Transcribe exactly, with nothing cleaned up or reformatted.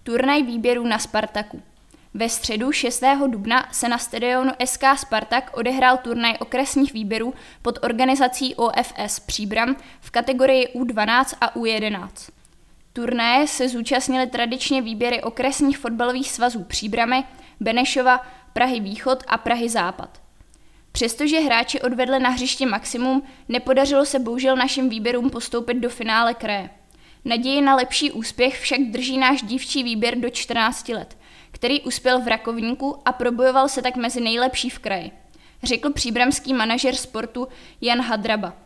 Turnaj výběrů na Spartaku. Ve středu šestého dubna se na stadionu S K Spartak odehrál turnaj okresních výběrů pod organizací O F S Příbram v kategorii U dvanáct a U jedenáct. Turnaje se zúčastnily tradičně výběry okresních fotbalových svazů Příbramy, Benešova, Prahy Východ a Prahy Západ. Přestože hráči odvedli na hřišti maximum, nepodařilo se bohužel našim výběrům postoupit do finále kraje. Naději na lepší úspěch však drží náš dívčí výběr do čtrnácti let, který uspěl v Rakovníku a probojoval se tak mezi nejlepší v kraji, řekl příbramský manažer sportu Jan Hadraba.